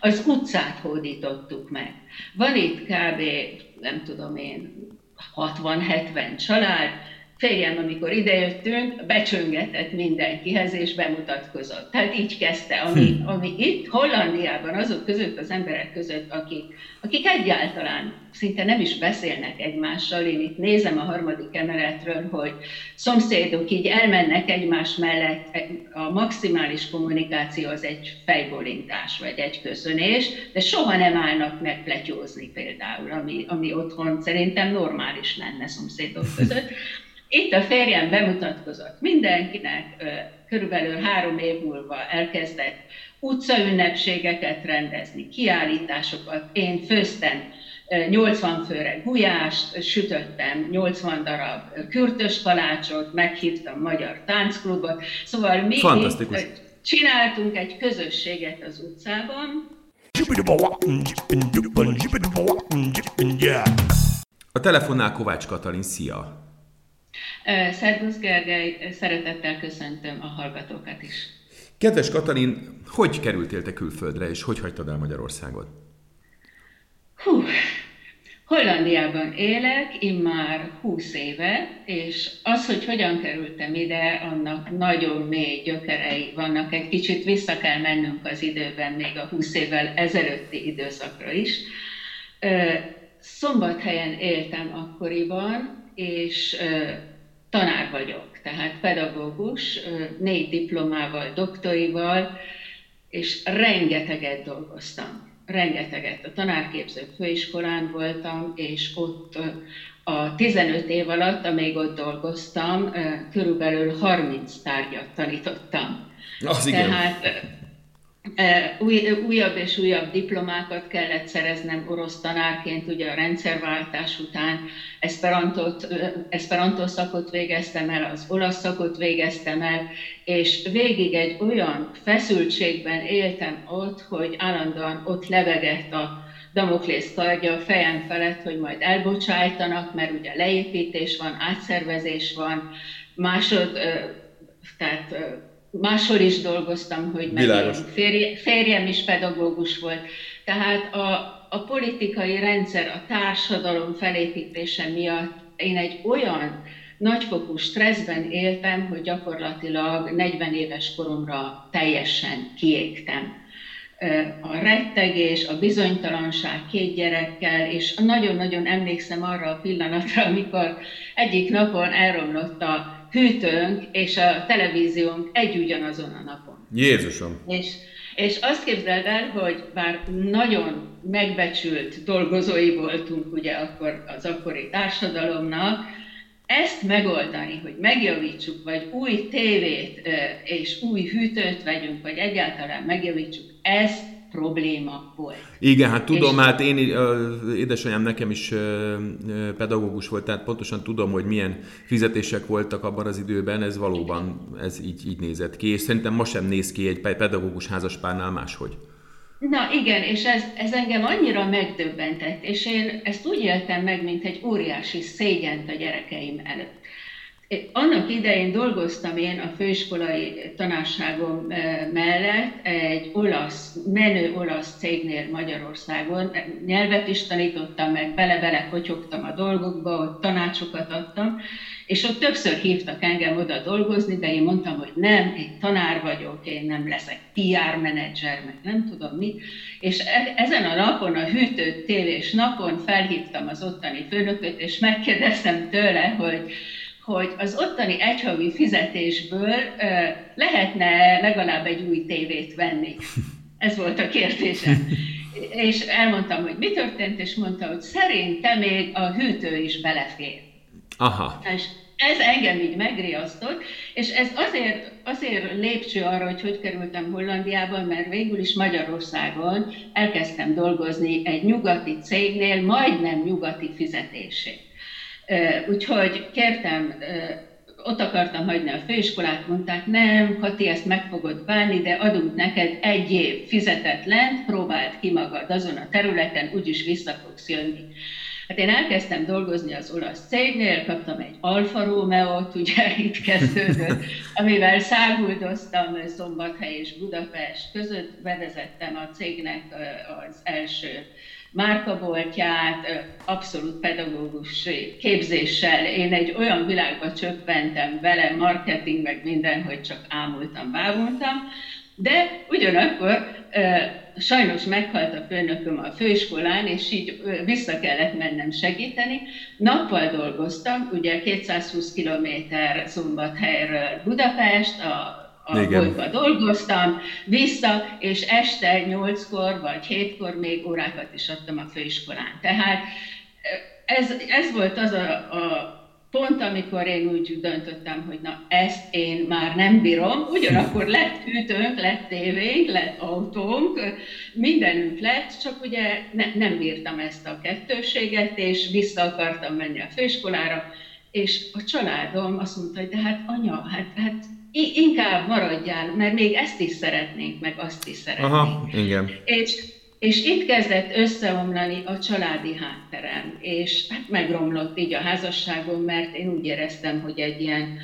Az utcát hódítottuk meg. Van itt kb. Nem tudom én, 60-70 család. Férjem, amikor idejöttünk, becsöngetett mindenkihez és bemutatkozott. Tehát így kezdte, ami itt Hollandiában azok között, az emberek között, akik egyáltalán szinte nem is beszélnek egymással. Én itt nézem a 3. emeletről, hogy szomszédok így elmennek egymás mellett, a maximális kommunikáció az egy fejbólintás vagy egy köszönés, de soha nem állnak meg pletyózni például, ami otthon szerintem normális lenne szomszédok között. Itt a férjem bemutatkozott mindenkinek, körülbelül 3 év múlva elkezdett utcaünnepségeket rendezni, kiállításokat. Én főztem 80 főre gulyást, sütöttem 80 darab kürtös kalácsot, meghívtam magyar táncklubot. Szóval mi csináltunk egy közösséget az utcában. A telefonnál Kovács Katalin, szia! Szervusz Gergely, szeretettel köszöntöm a hallgatókat is. Kedves Katalin, hogy kerültél te külföldre, és hogy hagytad el Magyarországot? Hollandiában élek, immár 20 éve, és az, hogy hogyan kerültem ide, annak nagyon mély gyökerei vannak. Egy kicsit vissza kell mennünk az időben, még a 20 évvel ezelőtti időszakra is. Szombathelyen éltem akkoriban, és tanár vagyok, tehát pedagógus, 4 diplomával, doktorival, és rengeteget dolgoztam. Rengeteget. A tanárképző főiskolán voltam, és ott a 15 év alatt, amíg ott dolgoztam, körülbelül 30 tárgyat tanítottam. Az igen. Tehát újabb és újabb diplomákat kellett szereznem orosz tanárként, ugye a rendszerváltás után Esperanto szakot végeztem el, az olasz szakot végeztem el, és végig egy olyan feszültségben éltem ott, hogy állandóan ott lebegett a Damoklész kardja a fejem felett, hogy majd elbocsájtanak, mert ugye leépítés van, átszervezés van, máshol is dolgoztam, hogy férjem is pedagógus volt. Tehát a politikai rendszer, a társadalom felépítése miatt én egy olyan nagyfokú stresszben éltem, hogy gyakorlatilag 40 éves koromra teljesen kiégtem. A rettegés, a bizonytalanság 2 gyerekkel, és nagyon-nagyon emlékszem arra a pillanatra, amikor egyik napon elromlott a hűtőnk és a televíziónk ugyanazon a napon. Jézusom! És azt képzeld el, hogy bár nagyon megbecsült dolgozói voltunk ugye akkor az akkori társadalomnak, ezt megoldani, hogy megjavítsuk, vagy új tévét és új hűtőt vegyünk, vagy egyáltalán megjavítsuk, ez probléma volt. Igen, hát tudom, hát édesanyám nekem is pedagógus volt, tehát pontosan tudom, hogy milyen fizetések voltak abban az időben, ez valóban ez így nézett ki, és szerintem most sem néz ki egy pedagógus házaspárnál máshogy. Na igen, és ez engem annyira megdöbbentett, és én ezt úgy éltem meg, mint egy óriási szégyent a gyerekeim előtt. Annak idején dolgoztam én a főiskolai tanárságom mellett egy menő olasz cégnél Magyarországon. Nyelvet is tanítottam meg, bele-bele kotyogtam a dolgokba, ott tanácsokat adtam, és ott többször hívtak engem oda dolgozni, de én mondtam, hogy nem, én tanár vagyok, én nem leszek PR menedzser, meg nem tudom mi. És ezen a napon, a hűtő tévés napon felhívtam az ottani főnököt, és megkérdeztem tőle, hogy az ottani egyhavi fizetésből lehetne legalább egy új tévét venni. Ez volt a kérdésem. És elmondtam, hogy mi történt, és mondta, hogy szerintem még a hűtő is belefér. Aha. És ez engem így megriasztott, és ez azért lépcső arra, hogy kerültem Hollandiában, mert végül is Magyarországon elkezdtem dolgozni egy nyugati cégnél, majdnem nyugati fizetését. Úgyhogy kértem, ott akartam hagyni a főiskolát, mondták, nem, Kati, ezt meg fogod bánni, de adunk neked 1 év fizetetlent, próbáld ki magad azon a területen, úgyis vissza fogsz jönni. Hát én elkezdtem dolgozni az olasz cégnél, kaptam egy Alfa Romeo-t, ugye itt kezdődött, amivel száguldoztam Szombathely és Budapest között, bevezettem a cégnek az első márkaboltját, abszolút pedagógus képzéssel. Én egy olyan világba csöppentem bele, marketing, meg minden, hogy csak ámultam, bámultam, de ugyanakkor sajnos meghalt a főnököm a főiskolán, és így vissza kellett mennem segíteni. Nappal dolgoztam, ugye 220 kilométer Szombathelyről Budapest, a boltba dolgoztam, vissza, és este 8-kor vagy 7-kor még órákat is adtam a főiskolán. Tehát ez volt az a pont, amikor én úgy döntöttem, hogy na, ezt én már nem bírom, ugyanakkor lett hűtőnk, lett tévénk, lett autónk, mindenünk lett, csak ugye nem bírtam ezt a kettőséget, és vissza akartam menni a főiskolára, és a családom azt mondta, hogy de hát anya, hát inkább maradjál, mert még ezt is szeretnénk, meg azt is szeretnénk. Aha, igen. És itt kezdett összeomlani a családi hátterem, és hát megromlott így a házasságom, mert én úgy éreztem, hogy egy ilyen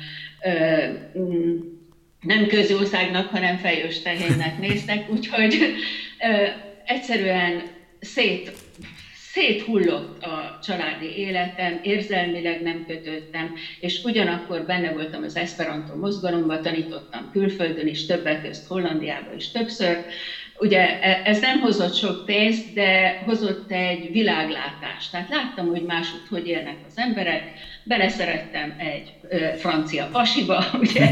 nem közjószágnak, hanem fejős tehénnek néztek, úgyhogy egyszerűen széthullott a családi életem, érzelmileg nem kötődtem, és ugyanakkor benne voltam az Esperanto mozgalomban, tanítottam külföldön is, többek közt Hollandiában is többször. Ugye ez nem hozott sok pénzt, de hozott egy világlátást. Tehát láttam, hogy máshogy hogy élnek az emberek, beleszerettem egy francia pasiba, ugye,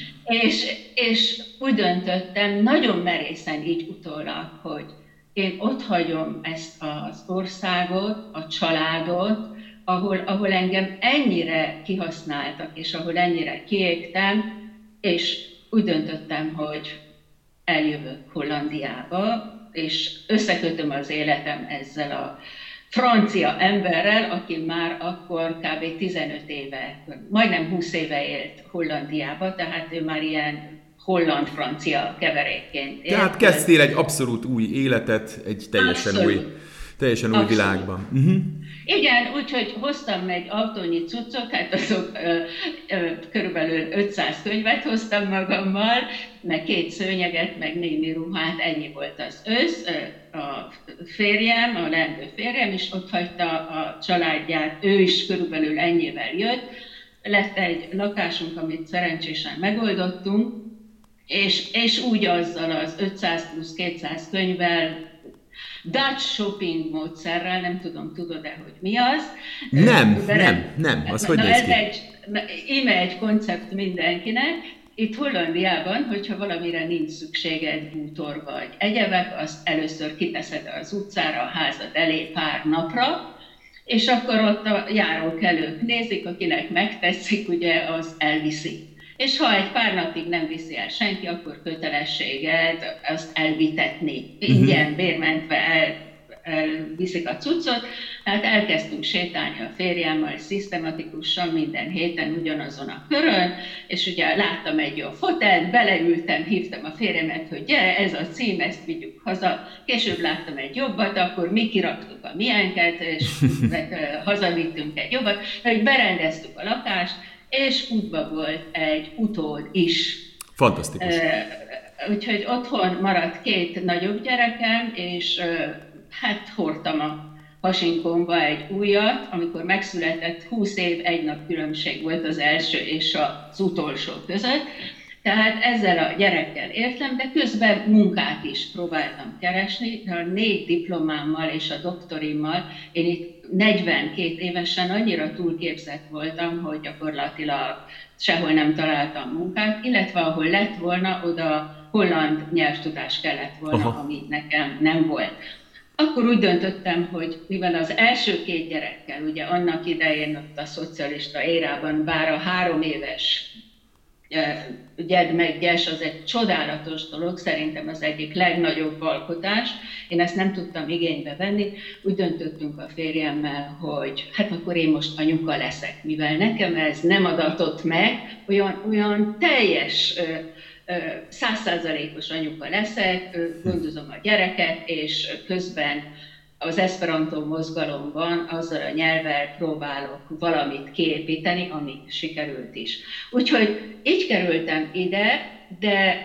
és úgy döntöttem, nagyon merészen így utólag, hogy én ott hagyom ezt az országot, a családot, ahol engem ennyire kihasználtak, és ahol ennyire kiégtem, és úgy döntöttem, hogy eljövök Hollandiába, és összekötöm az életem ezzel a francia emberrel, aki már akkor kb. 15 éve, majdnem 20 éve élt Hollandiába, tehát ő már ilyen holland-francia keverékként élt. Tehát kezdtél egy abszolút új életet, egy teljesen új világban. Igen, úgyhogy hoztam egy autónyi cuccot, hát azok körülbelül 500 könyvet hoztam magammal, meg 2 szőnyeget, meg némi ruhát, ennyi volt az össz. A férjem, a leendő férjem is ott hagyta a családját, ő is körülbelül ennyivel jött. Lett egy lakásunk, amit szerencsésen megoldottunk, és úgy azzal az 500 plusz 200 könyvvel, Dutch shopping módszerrel, nem tudom, tudod-e, hogy mi az? Nem, az hogy néz ki? Íme egy koncept mindenkinek. Itt Hollandiában, hogyha valamire nincs szükséged, bútor vagy egyebek, azt először kiteszed az utcára, a házad elé pár napra, és akkor ott a járókelők nézik, akinek megtetszik, ugye, az elviszi. És ha egy pár napig nem viszi el senki, akkor kötelességed azt elvitetni. Ingyen, bérmentve elviszik a cuccot. Tehát elkezdtünk sétálni a férjemmel szisztematikusan minden héten ugyanazon a körön, és ugye láttam egy jó fotelt, beleültem, hívtam a férjemet, hogy gyere, ez a cím, ezt vigyük haza. Később láttam egy jobbat, akkor mi kiraktuk a miénket, és hazavittünk egy jobbat, hogy berendeztük a lakást, és útba volt egy utód is. Fantasztikus. Úgyhogy otthon maradt 2 nagyobb gyerekem, és hát hordtam a hasinkomba egy újat, amikor megszületett, 20 év, 1 nap különbség volt az első és az utolsó között. Tehát ezzel a gyerekkel éltem, de közben munkát is próbáltam keresni. A 4 diplomámmal és a doktorimmal én itt 42 évesen annyira túlképzett voltam, hogy gyakorlatilag sehol nem találtam munkát, illetve ahol lett volna, oda holland nyelvtudás kellett volna, ami nekem nem volt. Akkor úgy döntöttem, hogy mivel az első 2 gyerekkel, ugye annak idején ott a szocialista érában, bár a 3 éves gyed meg gyes, az egy csodálatos dolog, szerintem az egyik legnagyobb alkotás. Én ezt nem tudtam igénybe venni, úgy döntöttünk a férjemmel, hogy hát akkor én most anyuka leszek, mivel nekem ez nem adatott meg, olyan teljes 100%-os anyuka leszek, gondozom a gyereket, és közben az Esperanto mozgalomban azzal a nyelvvel próbálok valamit kiépíteni, ami sikerült is. Úgyhogy így kerültem ide, de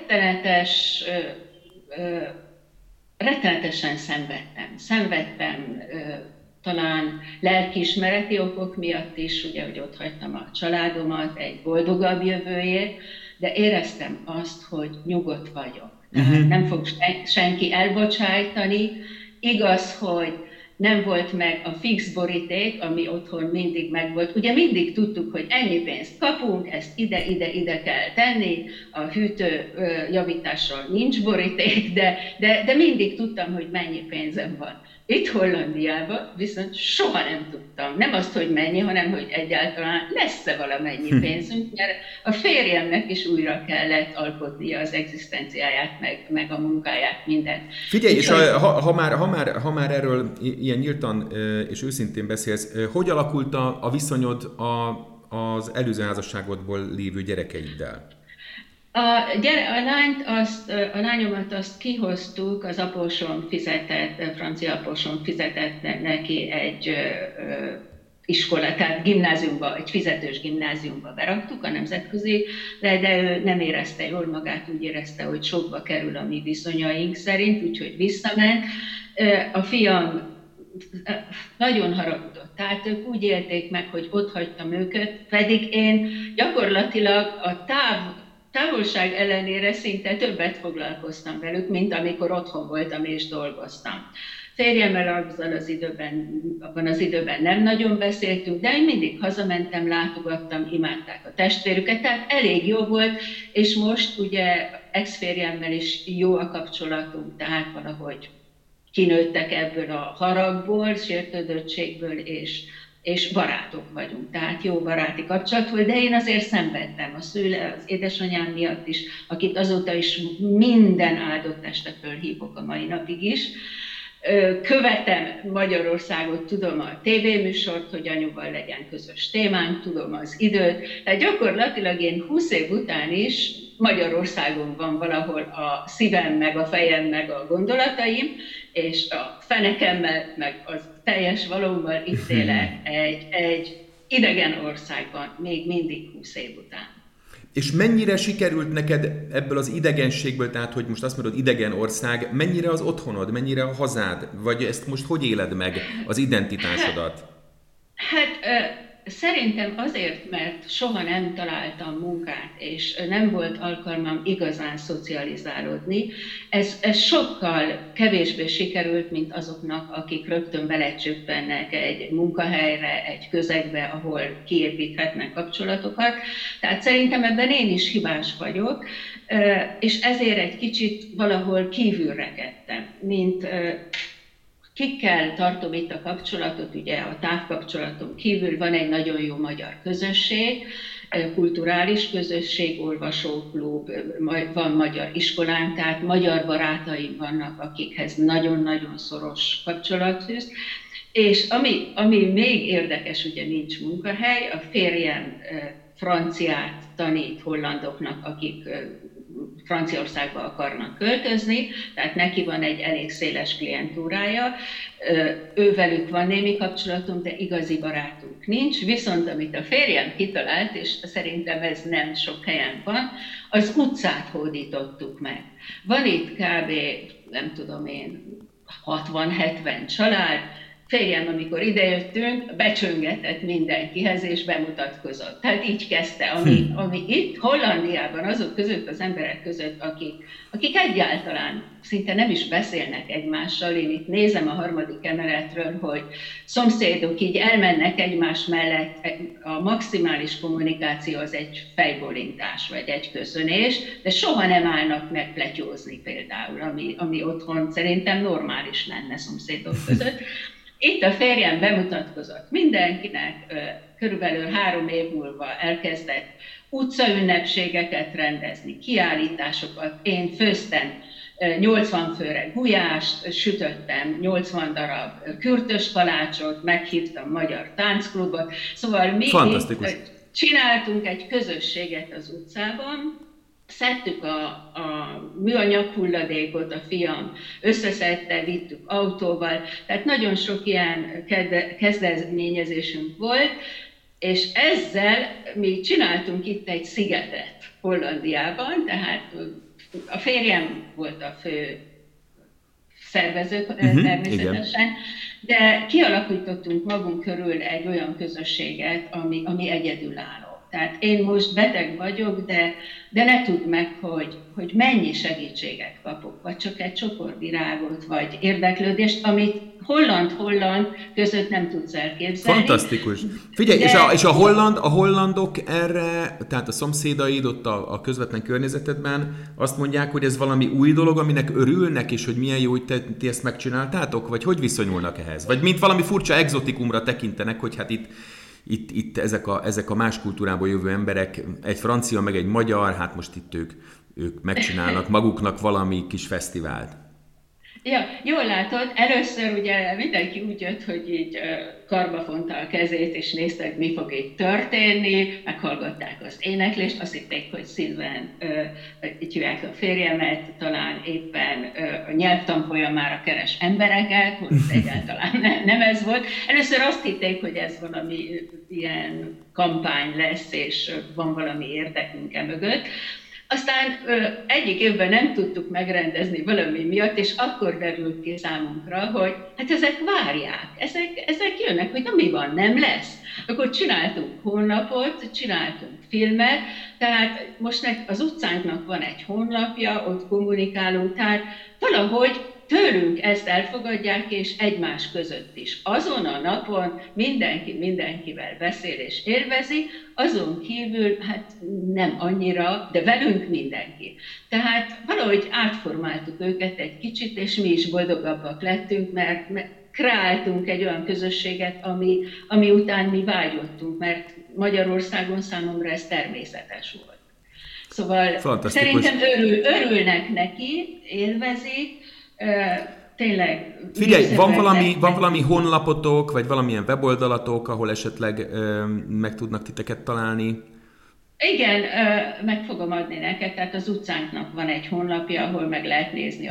rettenetesen szenvedtem. Talán lelkiismereti okok miatt is, ugye, hogy ott hagytam a családomat egy boldogabb jövőért, de éreztem azt, hogy nyugodt vagyok. Tehát nem fog senki elbocsájtani. Igaz, hogy nem volt meg a fix boríték, ami otthon mindig megvolt. Ugye mindig tudtuk, hogy ennyi pénzt kapunk, ezt ide kell tenni, a hűtő javításról nincs boríték, de mindig tudtam, hogy mennyi pénzem van. Itt Hollandiában viszont soha nem tudtam. Nem azt, hogy mennyi, hanem hogy egyáltalán lesz-e valamennyi pénzünk, mert a férjemnek is újra kellett alkotnia az egzisztenciáját, meg a munkáját, mindent. Figyelj, és ha már erről ilyen nyíltan és őszintén beszélsz, hogy alakult a viszonyod az előző házasságodból lévő gyerekeiddel? A lányomat azt kihoztuk, az apósom fizetett, francia apósom fizetett neki egy iskolát, tehát gimnáziumba, egy fizetős gimnáziumba beraktuk, a nemzetközi, de ő nem érezte jól magát, úgy érezte, hogy sokba kerül a mi viszonyaink szerint, úgyhogy visszament. A fiam nagyon haragudott, tehát ők úgy élték meg, hogy ott hagytam őket, pedig én gyakorlatilag a távolság ellenére szinte többet foglalkoztam velük, mint amikor otthon voltam és dolgoztam. Férjemmel abban az időben nem nagyon beszéltünk, de én mindig hazamentem, látogattam, imádták a testvérüket, tehát elég jó volt, és most ugye ex-férjemmel is jó a kapcsolatunk, tehát valahogy kinőttek ebből a haragból, sértődöttségből, és barátok vagyunk, tehát jó baráti kapcsolat volt, de én azért szenvedtem az édesanyám miatt is, akit azóta is minden áldott este fölhívok a mai napig is. Követem Magyarországot, tudom a tévéműsort, hogy anyuval legyen közös témánk, tudom az időt, tehát gyakorlatilag én 20 év után is Magyarországon van valahol a szívem, meg a fejem, meg a gondolataim, és a fenekemmel, meg az teljes valóban itt élek egy idegen országban, még mindig 20 év után. És mennyire sikerült neked ebből az idegenségből, tehát hogy most azt mondod idegen ország, mennyire az otthonod, mennyire a hazád, vagy ezt most hogy éled meg, az identitásodat? Szerintem azért, mert soha nem találtam munkát, és nem volt alkalmam igazán szocializálódni. Ez sokkal kevésbé sikerült, mint azoknak, akik rögtön belecsöppennek egy munkahelyre, egy közegbe, ahol kiépíthetnek kapcsolatokat. Tehát szerintem ebben én is hibás vagyok, és ezért egy kicsit valahol kívül rekedtem, mint... Kikkel tartom itt a kapcsolatot, ugye a távkapcsolaton kívül van egy nagyon jó magyar közösség, kulturális közösség, olvasóklub, van magyar iskolánk, tehát magyar barátaim vannak, akikhez nagyon-nagyon szoros kapcsolat fűz. És ami még érdekes, ugye nincs munkahely, a férjem franciát tanít hollandoknak, akik Franciaországba akarnak költözni, tehát neki van egy elég széles klientúrája, ővelük van némi kapcsolatunk, de igazi barátunk nincs, viszont amit a férjem kitalált, és szerintem ez nem sok helyen van, az utcát hódítottuk meg. Van itt kb. Nem tudom én, 60-70 család, férjem, amikor idejöttünk, becsöngetett mindenkihez és bemutatkozott. Tehát így kezdte, ami itt Hollandiában azok között, az emberek között, akik egyáltalán szinte nem is beszélnek egymással. Én itt nézem a 3. emeletről, hogy szomszédok így elmennek egymás mellett, a maximális kommunikáció az egy fejbólintás vagy egy köszönés, de soha nem állnak meg pletyózni például, ami otthon szerintem normális lenne szomszédok között. Itt a férjem bemutatkozott mindenkinek, körülbelül 3 év múlva elkezdett utcaünnepségeket rendezni, kiállításokat. Én főztem 80 főre gulyást, sütöttem 80 darab kürtös kalácsot, meghívtam magyar táncklubot. Szóval mi csináltunk egy közösséget az utcában, szedtük a műanyag hulladékot, a fiam összeszedte, vittük autóval, tehát nagyon sok ilyen kezdeményezésünk volt, és ezzel mi csináltunk itt egy szigetet Hollandiában, tehát a férjem volt a fő szervező természetesen, de kialakítottunk magunk körül egy olyan közösséget, ami egyedülálló. Tehát én most beteg vagyok, de ne tudd meg, hogy mennyi segítséget kapok, vagy csak egy csoportvirágot, vagy érdeklődést, amit holland között nem tudsz elképzelni. Fantasztikus. Figyelj, és a hollandok erre, tehát a szomszédaid ott a közvetlen környezetedben azt mondják, hogy ez valami új dolog, aminek örülnek, és hogy milyen jó, hogy ti ezt megcsináltátok? Vagy hogy viszonyulnak ehhez? Vagy mint valami furcsa egzotikumra tekintenek, hogy hát itt ezek a más kultúrából jövő emberek, egy francia, meg egy magyar, hát most itt ők megcsinálnak maguknak valami kis fesztivált. Ja, jól látod, először ugye mindenki úgy jött, hogy így karba fonta a kezét, és nézte, hogy mi fog itt történni, meghallgatták az éneklést, azt hitték, hogy Szilván, így hívják a férjemet, talán éppen a nyelvtanfolyamára keres embereket, hogy egyáltalán nem ez volt. Először azt hitték, hogy ez valami ilyen kampány lesz, és van valami érdekünk mögött. Aztán egyik évben nem tudtuk megrendezni valami miatt, és akkor derült ki számunkra, hogy hát ezek várják, ezek jönnek, hogy na mi van, nem lesz. Akkor csináltunk honlapot, csináltunk filmet, tehát most az utcánknak van egy honlapja, ott kommunikálunk, tehát valahogy tőlünk ezt elfogadják, és egymás között is. Azon a napon mindenki mindenkivel beszél és élvezi, azon kívül, hát nem annyira, de velünk mindenki. Tehát valahogy átformáltuk őket egy kicsit, és mi is boldogabbak lettünk, mert kreáltunk egy olyan közösséget, ami után mi vágyottunk, mert Magyarországon számomra ez természetes volt. Szóval szerintem örülnek neki, élvezik, tényleg. Figyelj, van valami honlapotok, vagy valamilyen weboldalatok, ahol esetleg meg tudnak titeket találni? Igen, meg fogom adni neked, tehát az utcánknak van egy honlapja, ahol meg lehet nézni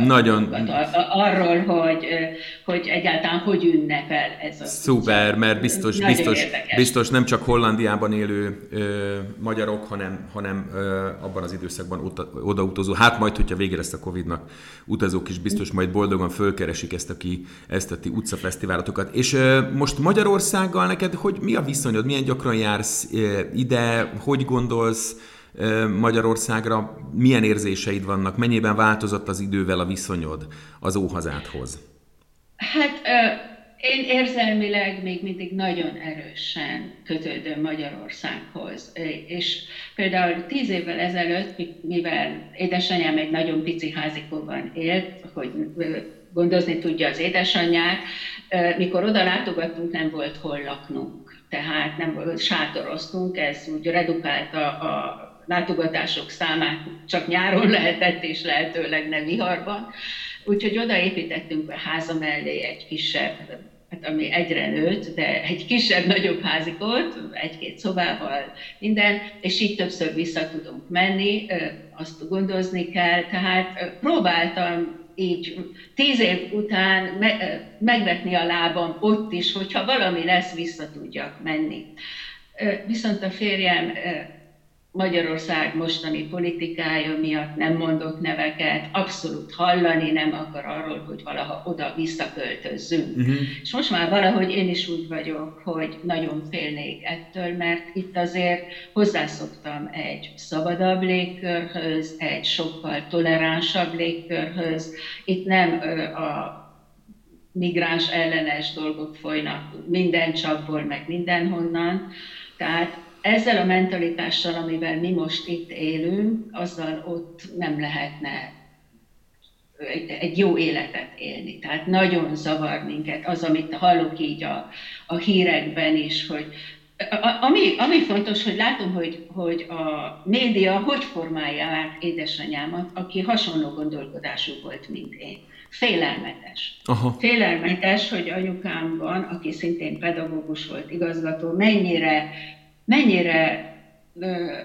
arról, hogy egyáltalán hogy ünnepel ez a Szuper, utca. Mert biztos nem csak Hollandiában élő magyarok, hanem abban az időszakban odautazó, hát majd, hogyha vége lesz a Covid-nak, utazók is biztos majd boldogan fölkeresik ezt a ti utcafesztiválotokat. És most Magyarországgal neked, hogy mi a viszonyod, milyen gyakran jársz ide, hogy gondolsz Magyarországra, milyen érzéseid vannak, mennyiben változott az idővel a viszonyod az óhazádhoz? Hát én érzelmileg még mindig nagyon erősen kötődöm Magyarországhoz. És például 10 évvel ezelőtt, mivel édesanyám egy nagyon pici házikóban élt, hogy gondozni tudja az édesanyját, mikor oda látogattunk, nem volt hol laknunk. Tehát nem volt, sátoroztunk, ez úgy redukálta a látogatások számát, csak nyáron lehetett, és lehetőleg nem viharban. Úgyhogy odaépítettünk a háza mellé egy kisebb, hát ami egyre nőtt, de egy kisebb, nagyobb házikót, 1-2 szobával, minden, és így többször vissza tudunk menni, azt gondozni kell, tehát próbáltam így 10 év után megvetni a lábam ott is, hogyha valami lesz, vissza tudjak menni. Viszont a férjem Magyarország mostani politikája miatt nem mondott neveket, abszolút hallani nem akar arról, hogy valaha oda visszaköltözzünk. És most már valahogy én is úgy vagyok, hogy nagyon félnék ettől, mert itt azért hozzászoktam egy szabadabb légkörhöz, egy sokkal toleránsabb légkörhöz. Itt nem a migráns ellenes dolgok folynak minden csapból, meg mindenhonnan. Tehát ezzel a mentalitással, amivel mi most itt élünk, azzal ott nem lehetne egy jó életet élni. Tehát nagyon zavar minket az, amit hallok így a hírekben is, hogy ami fontos, hogy látom, hogy a média hogy formálja át édesanyámat, aki hasonló gondolkodású volt, mint én. Félelmetes. Aha. Félelmetes, hogy anyukámban, aki szintén pedagógus volt, igazgató, mennyire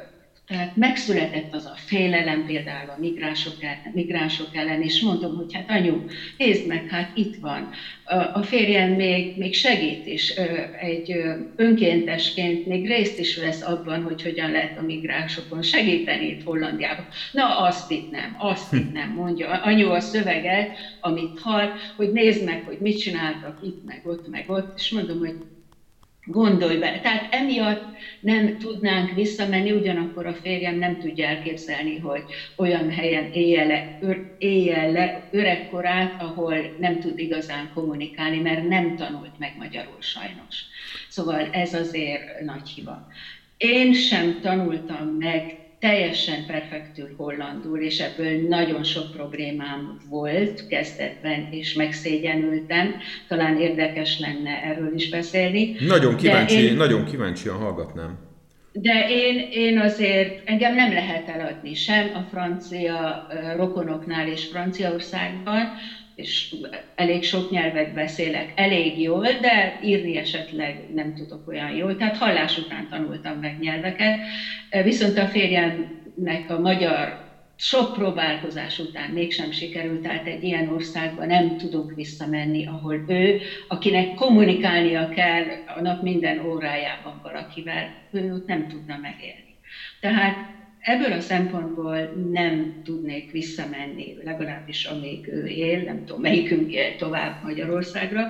Tehát megszületett az a félelem például a migránsok ellen, és mondom, hogy hát anyu, nézd meg, hát itt van. A férjem még segít is, egy önkéntesként még részt is vesz abban, hogy hogyan lehet a migránsokon segíteni itt Hollandiában. Na, azt itt nem, mondja anyu a szöveget, amit hall, hogy nézd meg, hogy mit csináltak itt, meg ott, és mondom, hogy gondolj bele. Tehát emiatt nem tudnánk visszamenni, ugyanakkor a férjem nem tudja elképzelni, hogy olyan helyen élje le öregkorát, ahol nem tud igazán kommunikálni, mert nem tanult meg magyarul sajnos. Szóval ez azért nagy hiba. Én sem tanultam meg teljesen perfektül hollandul, és ebből nagyon sok problémám volt kezdetben, és megszégyenültem. Talán érdekes lenne erről is beszélni. Nagyon kíváncsian hallgatnám. De én azért, engem nem lehet eladni sem a francia rokonoknál és Franciaországban, és elég sok nyelvet beszélek elég jól, de írni esetleg nem tudok olyan jól, tehát hallás után tanultam meg nyelveket, viszont a férjemnek a magyar sok próbálkozás után mégsem sikerült, tehát egy ilyen országban nem tudunk visszamenni, ahol ő, akinek kommunikálnia kell a nap minden órájában valakivel, ő ott nem tudna megélni. Tehát ebből a szempontból nem tudnék visszamenni, legalábbis amíg ő él, nem tudom melyikünk él tovább Magyarországra,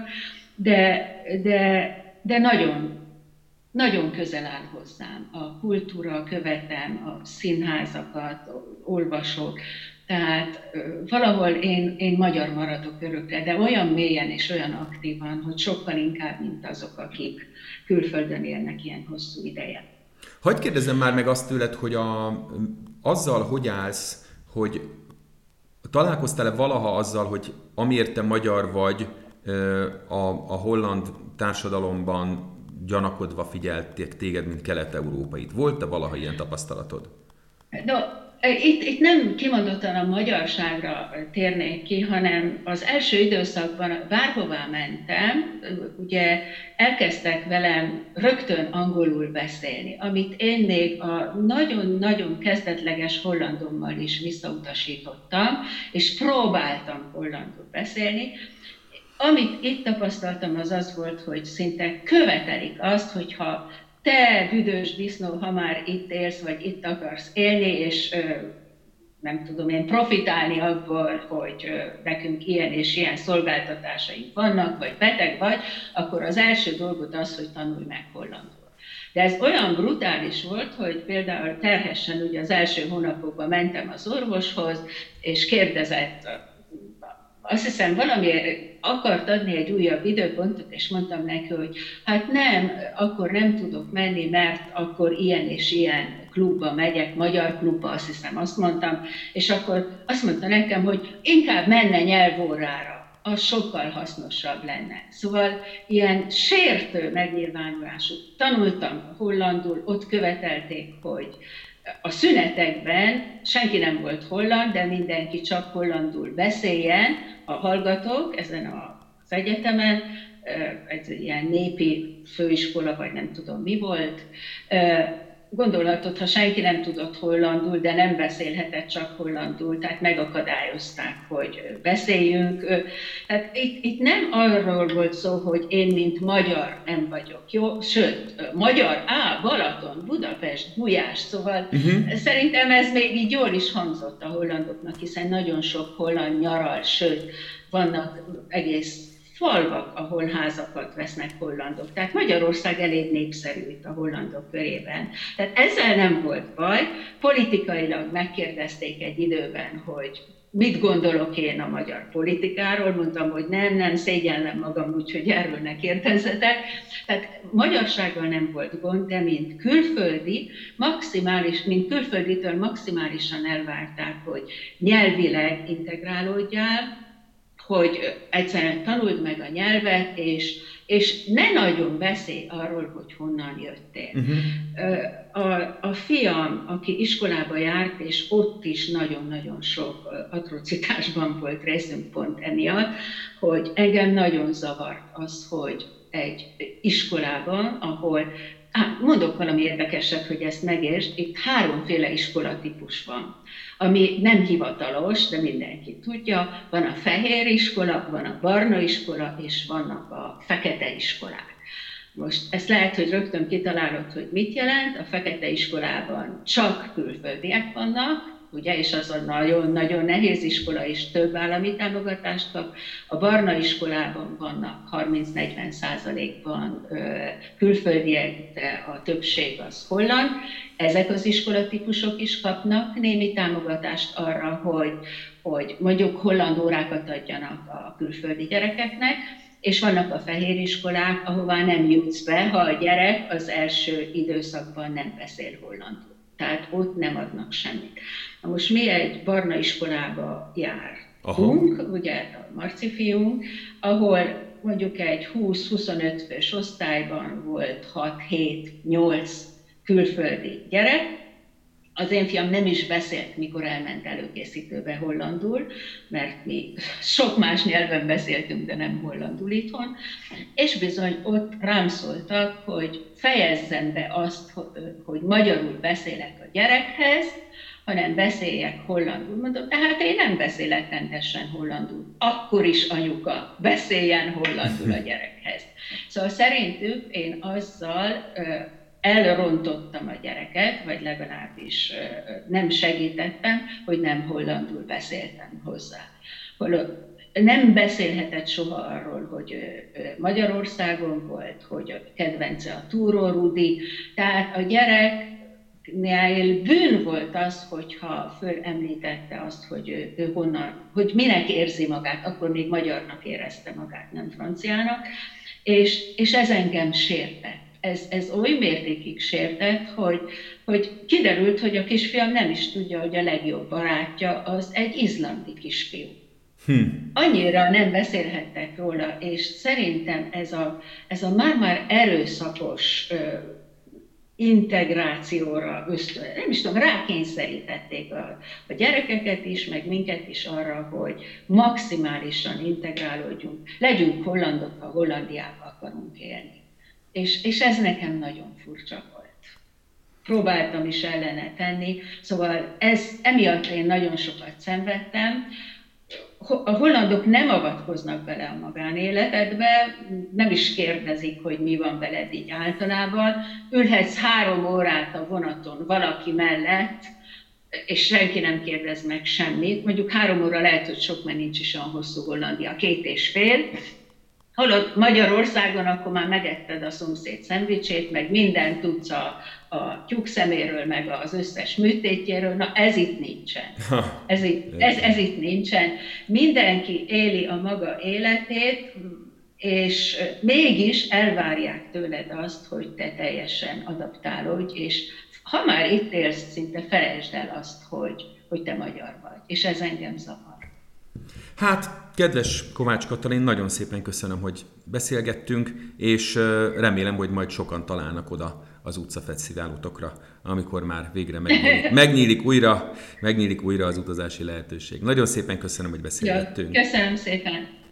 de nagyon, nagyon közel áll hozzám. A kultúra, követem, a színházakat, olvasok, tehát valahol én magyar maradok örökre, de olyan mélyen és olyan aktívan, hogy sokkal inkább, mint azok, akik külföldön élnek ilyen hosszú ideje. Hadd kérdezzem már meg azt tőled, hogy azzal hogy állsz, hogy találkoztál-e valaha azzal, hogy amiért te magyar vagy, a holland társadalomban gyanakodva figyelték téged, mint kelet-európait? Volt-e valaha ilyen tapasztalatod? No, itt nem kimondottan a magyarságra térnék ki, hanem az első időszakban bárhová mentem, ugye elkezdtek velem rögtön angolul beszélni, amit én még a nagyon-nagyon kezdetleges hollandommal is visszautasítottam, és próbáltam hollandul beszélni. Amit itt tapasztaltam, az volt, hogy szinte követelik azt, hogyha te, büdös disznó, ha már itt élsz, vagy itt akarsz élni, és nem tudom én, profitálni abból, hogy nekünk ilyen és ilyen szolgáltatásaink vannak, vagy beteg vagy, akkor az első dolgot az, hogy tanulj meg hollandul. De ez olyan brutális volt, hogy például terhesen ugye az első hónapokban mentem az orvoshoz, és kérdezett, azt hiszem valamiért akart adni egy újabb időpontot, és mondtam neki, hogy hát nem, akkor nem tudok menni, mert akkor ilyen és ilyen klubba megyek, magyar klubba, azt hiszem, azt mondtam, és akkor azt mondta nekem, hogy inkább menne nyelvórára, az sokkal hasznosabb lenne. Szóval ilyen sértő megnyilvánulású. Tanultam hollandul, ott követelték, hogy a szünetekben senki nem volt holland, de mindenki csak hollandul beszéljen, a hallgatók ezen az egyetemen, egy ilyen népi főiskola, vagy nem tudom mi volt, gondolhatod, ha senki nem tudott hollandul, de nem beszélhetett csak hollandul, tehát megakadályozták, hogy beszéljünk. Tehát itt nem arról volt szó, hogy én, mint magyar nem vagyok, jó? Sőt, magyar, Balaton, Budapest, Gulyás, szóval szerintem ez még így jól is hangzott a hollandoknak, hiszen nagyon sok holland nyaral, sőt, vannak egész falvak, ahol házakat vesznek hollandok. Tehát Magyarország elég népszerű itt a hollandok körében. Tehát ezzel nem volt baj. Politikailag megkérdezték egy időben, hogy mit gondolok én a magyar politikáról. Mondtam, hogy nem, szégyellem magam, úgyhogy erről ne kérdezzetek. Tehát magyarsággal nem volt gond, de mint külfölditől maximálisan elvárták, hogy nyelvileg integrálódjál, hogy egyszerűen tanuld meg a nyelvet, és ne nagyon beszélj arról, hogy honnan jöttél. A fiam, aki iskolába járt, és ott is nagyon-nagyon sok atrocitásban volt részünk pont emiatt, hogy engem nagyon zavart az, hogy egy iskolában, ahol Mondok valami érdekeset, hogy ezt megértsd. Itt háromféle iskolatípus van, ami nem hivatalos, de mindenki tudja. Van a fehér iskola, van a barna iskola, és vannak a fekete iskolák. Most ezt lehet, hogy rögtön kitalálod, hogy mit jelent. A fekete iskolában csak külföldiek vannak, ugye, és az a nagyon-nagyon nehéz iskola, és több állami támogatást kap. A barna iskolában vannak 30-40%-ban külföldiek, de a többség az holland. Ezek az iskolatípusok is kapnak némi támogatást arra, hogy mondjuk holland órákat adjanak a külföldi gyerekeknek, és vannak a fehér iskolák, ahová nem jutsz be, ha a gyerek az első időszakban nem beszél hollandul. Tehát ott nem adnak semmit. Na most mi egy barna iskolába jártunk, ugye a Marci fiunk, ahol mondjuk egy 20-25 fős osztályban volt 6-7-8 külföldi gyerek. Az én fiam nem is beszélt, mikor elment előkészítőbe hollandul, mert mi sok más nyelven beszéltünk, de nem hollandul itthon, és bizony ott rám szóltak, hogy fejezzem be azt, hogy magyarul beszélek a gyerekhez, hanem beszéljek hollandul. Mondom, tehát én nem beszélek rendesen hollandul. Akkor is anyuka, beszéljen hollandul a gyerekhez. Szóval szerintük én azzal elrontottam a gyereket, vagy legalábbis nem segítettem, hogy nem hollandul beszéltem hozzá. Nem beszélhetett soha arról, hogy Magyarországon volt, hogy a kedvence a Túró Rudi, tehát a gyereknél bűn volt az, hogyha fölemlítette azt, hogy ő honnan, hogy minek érzi magát, akkor még magyarnak érezte magát, nem franciának, és ez engem sértett. Ez oly mértékig sértett, hogy kiderült, hogy a kisfiam nem is tudja, hogy a legjobb barátja az egy izlandi kisfiú. Annyira nem beszélhettek róla, és szerintem ez a már erőszakos integrációra, nem is tudom, rákényszerítették a gyerekeket is, meg minket is arra, hogy maximálisan integrálódjunk, legyünk hollandok, ha Hollandiába akarunk élni. És ez nekem nagyon furcsa volt. Próbáltam is ellene tenni, szóval emiatt én nagyon sokat szenvedtem. A hollandok nem avatkoznak bele a magánéletedbe, nem is kérdezik, hogy mi van veled így általában. Ülhetsz 3 órát a vonaton valaki mellett, és senki nem kérdez meg semmit. Mondjuk 3 óra lehet, hogy sok, mert nincs is olyan hosszú Hollandia, 2,5. Holott Magyarországon akkor már megetted a szomszéd szendvicsét, meg mindent tudsz a tyúkszeméről, meg az összes műtétjéről. Na ez itt nincsen. Ez itt nincsen. Mindenki éli a maga életét, és mégis elvárják tőled azt, hogy te teljesen adaptálódj, és ha már itt élsz, szinte felejtsd el azt, hogy te magyar vagy. És ez engem zavar. Hát, kedves Kovács Katalin, nagyon szépen köszönöm, hogy beszélgettünk, és remélem, hogy majd sokan találnak oda az utcafesztiválotokra, amikor már végre megnyílik újra az utazási lehetőség. Nagyon szépen köszönöm, hogy beszélgettünk. Ja, köszönöm szépen.